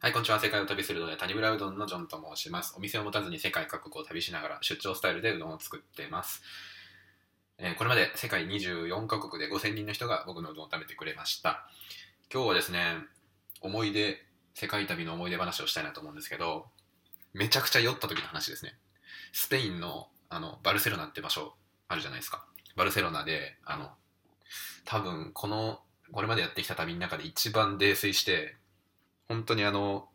はい、こんにちは。世界を旅するうどん屋、谷村うどんのジョンと申します。お店を持たずに世界各国を旅しながら出張スタイルでうどんを作っています。これまで世界24カ国で5000人の人が僕のうどんを食べてくれました。今日はですね、世界旅の思い出話をしたいなと思うんですけど、めちゃくちゃ酔った時の話ですね。スペインのバルセロナって場所あるじゃないですか。バルセロナで、多分これまでやってきた旅の中で一番泥酔して、本当に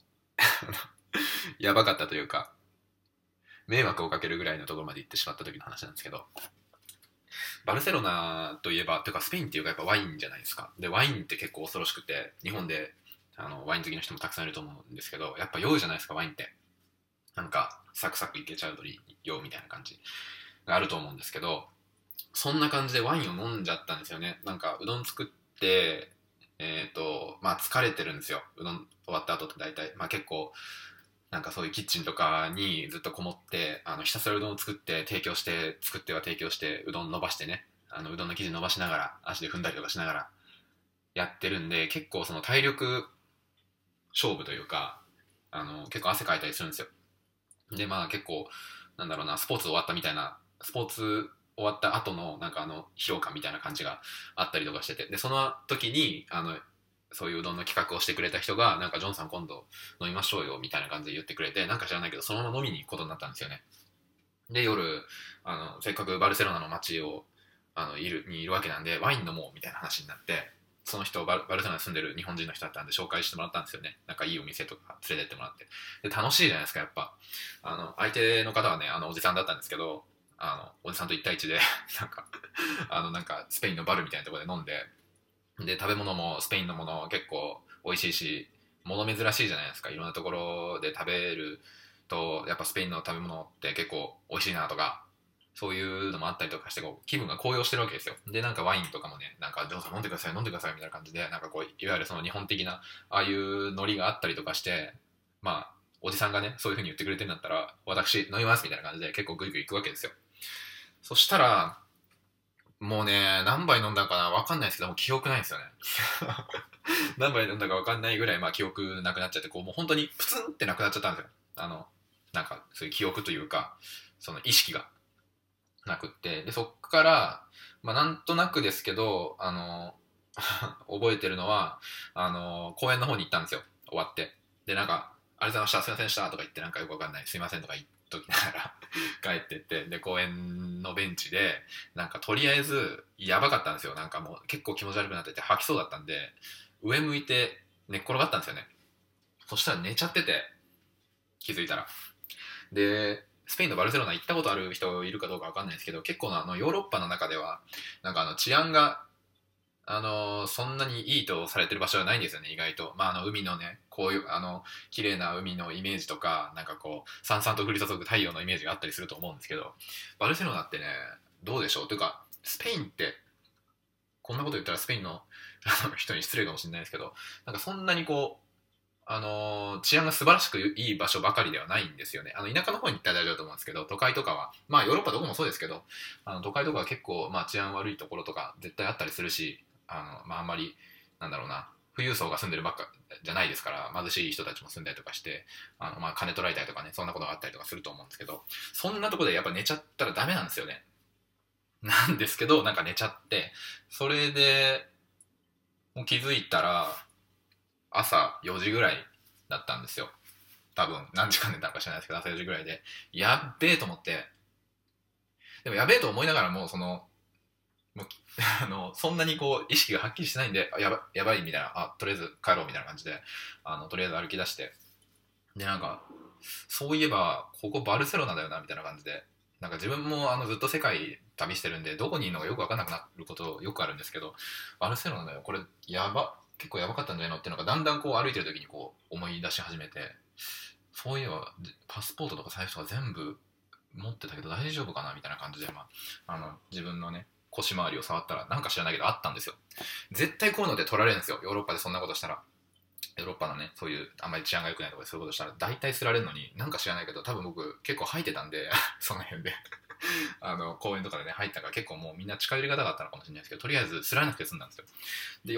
やばかったというか、迷惑をかけるぐらいのところまで行ってしまった時の話なんですけど、バルセロナといえば、というかスペインっていうかやっぱワインじゃないですか。で、ワインって結構恐ろしくて、日本でワイン好きの人もたくさんいると思うんですけど、やっぱ酔うじゃないですか、ワインって。なんか、サクサクいけちゃうと酔うみたいな感じがあると思うんですけど、そんな感じでワインを飲んじゃったんですよね。なんか、うどん作って、まあ疲れてるんですよ。うどん終わった後って大体。まあ結構、なんかそういうキッチンとかにずっとこもってひたすらうどんを作っては提供してうどん伸ばしてね、うどんの生地伸ばしながら足で踏んだりとかしながらやってるんで、結構その体力勝負というか結構汗かいたりするんですよ。でまあ結構なんだろうな、スポーツ終わった後のなんか疲労感みたいな感じがあったりとかしてて、でその時にそういううどんの企画をしてくれた人が、なんかジョンさん今度飲みましょうよみたいな感じで言ってくれて、なんか知らないけどそのまま飲みに行くことになったんですよね。で夜せっかくバルセロナの街をいるわけなんで、ワイン飲もうみたいな話になって、その人バルセロナに住んでる日本人の人だったんで紹介してもらったんですよね。なんかいいお店とか連れてってもらって、で楽しいじゃないですか。やっぱ相手の方はねおじさんだったんですけど、おじさんと一対一でなんかなんかスペインのバルみたいなところで飲んで、で食べ物もスペインのもの結構美味しいし、物珍しいじゃないですか。いろんなところで食べるとやっぱスペインの食べ物って結構美味しいなとか、そういうのもあったりとかして、こう気分が高揚してるわけですよ。でなんかワインとかもね、なんかジョンさん飲んでください飲んでくださいみたいな感じで、なんかこういわゆるその日本的なああいうノリがあったりとかして、まあおじさんがねそういう風に言ってくれてるんだったら私飲みますみたいな感じで結構グイグイ行くわけですよ。そしたらもうね、何杯飲んだかな分かんないですけども、記憶ないんですよね。何杯飲んだか分かんないぐらい、まあ、記憶なくなっちゃって、こうもう本当にプツンってなくなっちゃったんですよ。なんかそういう記憶というか、その意識がなくって、でそっから、まあ、なんとなくですけど、覚えてるのは、公園の方に行ったんですよ、終わって。でなんか「ありがとうございました、すいませんでした」とか言って、なんかよく分かんない「すいません」とか言っときながら帰ってって、で公園のベンチでなんかとりあえずやばかったんですよ。なんかもう結構気持ち悪くなってて吐きそうだったんで、上向いて寝っ転がったんですよね。そしたら寝ちゃってて、気づいたら。でスペインのバルセロナ行ったことある人いるかどうかわかんないですけど、結構なヨーロッパの中ではなんか治安がそんなにいいとされてる場所はないんですよね、意外と。まあ、海のね、こういう、綺麗な海のイメージとか、なんかこう、さんさんと降り注ぐ太陽のイメージがあったりすると思うんですけど、バルセロナってね、どうでしょうというか、スペインって、こんなこと言ったらスペインの人に失礼かもしれないですけど、なんかそんなにこう、治安が素晴らしくいい場所ばかりではないんですよね。田舎の方に行ったら大丈夫だと思うんですけど、都会とかは、まあヨーロッパどこもそうですけど、都会とかは結構、まあ、治安悪いところとか絶対あったりするし、まあ、あんまりなんだろうな、富裕層が住んでるばっかじゃないですから、貧しい人たちも住んだりとかして、まあ、金取られたりとかね、そんなことがあったりとかすると思うんですけど、そんなところでやっぱ寝ちゃったらダメなんですよね。なんですけど、なんか寝ちゃって、それでもう気づいたら朝4時ぐらいだったんですよ。多分何時間寝たのか知らないですけど、朝4時ぐらいでやっべえと思って、でもやべえと思いながらも、もうそんなにこう意識がはっきりしてないんで、やばいみたいな、とりあえず帰ろうみたいな感じで、とりあえず歩き出して、でなんかそういえばここバルセロナだよなみたいな感じで、なんか自分もずっと世界旅してるんで、どこにいるのかよく分かんなくなることよくあるんですけど、バルセロナだよこれ、結構やばかったんじゃないのっていうのがだんだんこう歩いてる時にこう思い出し始めて、そういえばパスポートとか財布とか全部持ってたけど大丈夫かなみたいな感じで、自分のね腰回りを触ったらなんか知らないけどあったんですよ。絶対こういうので取られるんですよ、ヨーロッパでそんなことしたら。ヨーロッパのね、そういうあんまり治安が良くないところでそういうことしたら大体すられるのに、なんか知らないけど多分僕結構吐いてたんでその辺で公園とかでね入ったから結構もうみんな近寄りがたかったのかもしれないですけど、とりあえずすられなくて済んだんですよ。でよかっ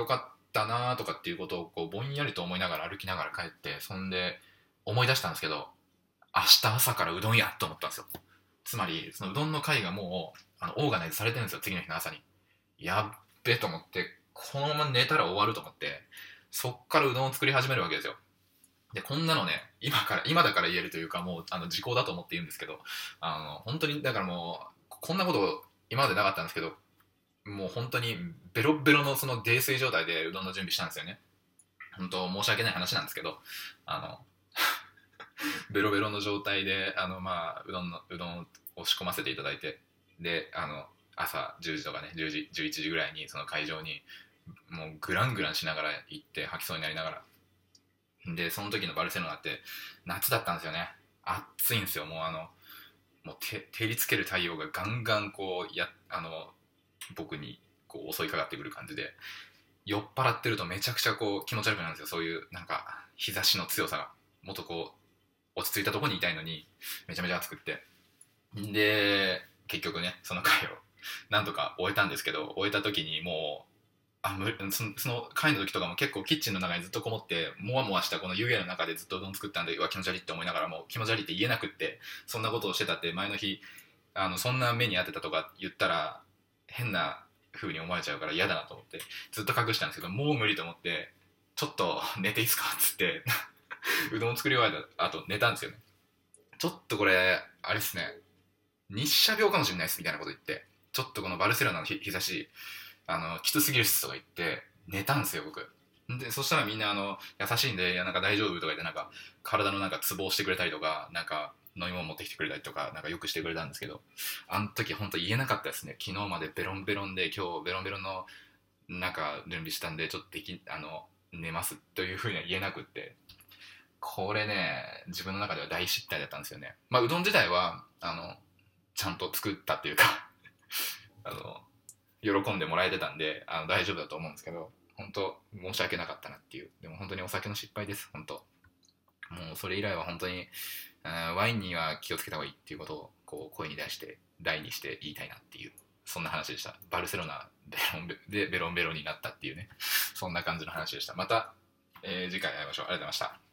ったなとかっていうことをこうぼんやりと思いながら歩きながら帰って、そんで思い出したんですけど、明日朝からうどんやと思ったんですよ。つまりそのうどんの会がもうオーガナイズされてるんですよ、次の日の朝に。やっべと思って、このまま寝たら終わると思って、そっからうどんを作り始めるわけですよ。でこんなのね、今だから言えるというか、もう時効だと思って言うんですけど、本当にだからもうこんなこと今までなかったんですけど、もう本当にベロッベロのその泥酔状態でうどんの準備したんですよね。本当申し訳ない話なんですけど、あのベロベロの状態でうどんを仕込ませていただいて、で朝10時とかね、10時11時ぐらいにその会場にもうグラングランしながら行って、吐きそうになりながら、でその時のバルセロナって夏だったんですよね。暑いんですよ。もうもう照りつける太陽がガンガンこう僕にこう襲いかかってくる感じで、酔っ払ってるとめちゃくちゃこう気持ち悪くなるんですよ。そういうなんか日差しの強さが、もっとこう落ち着いたところにいたいのにめちゃめちゃ暑くって、で結局ねその回をなんとか終えたんですけど、終えた時にもうその会の時とかも結構キッチンの中にずっとこもって、もわもわしたこの湯気の中でずっとうどん作ったんで、うわ気持ち悪いって思いながらも気持ち悪いって言えなくって、そんなことをしてたって前の日そんな目に当てたとか言ったら変な風に思われちゃうから嫌だなと思ってずっと隠したんですけど、もう無理と思って、ちょっと寝ていいっすかっつってうどんを作り終えた後寝たんですよね。ちょっとこれあれっすね、日射病かもしれないですみたいなこと言って、ちょっとこのバルセロナの日差しきつすぎるっすとか言って寝たんですよ僕。でそしたらみんな優しいんで、いやなんか大丈夫とか言って、なんか体のなんかツボをしてくれたりとか、なんか飲み物持ってきてくれたりとか、なんかよくしてくれたんですけど、あの時本当言えなかったですね。昨日までベロンベロンで、今日ベロンベロンのなんか準備したんでちょっと寝ますというふうには言えなくって、これね自分の中では大失態だったんですよね。まあうどん自体はちゃんと作ったっていうかあの喜んでもらえてたんで大丈夫だと思うんですけど、本当申し訳なかったなっていう。でも本当にお酒の失敗です、本当。もうそれ以来は本当にワインには気をつけた方がいいっていうことをこう声に出して大にして言いたいなっていう、そんな話でした。バルセロナベロンベロンになったっていうね、そんな感じの話でした。また、次回会いましょう。ありがとうございました。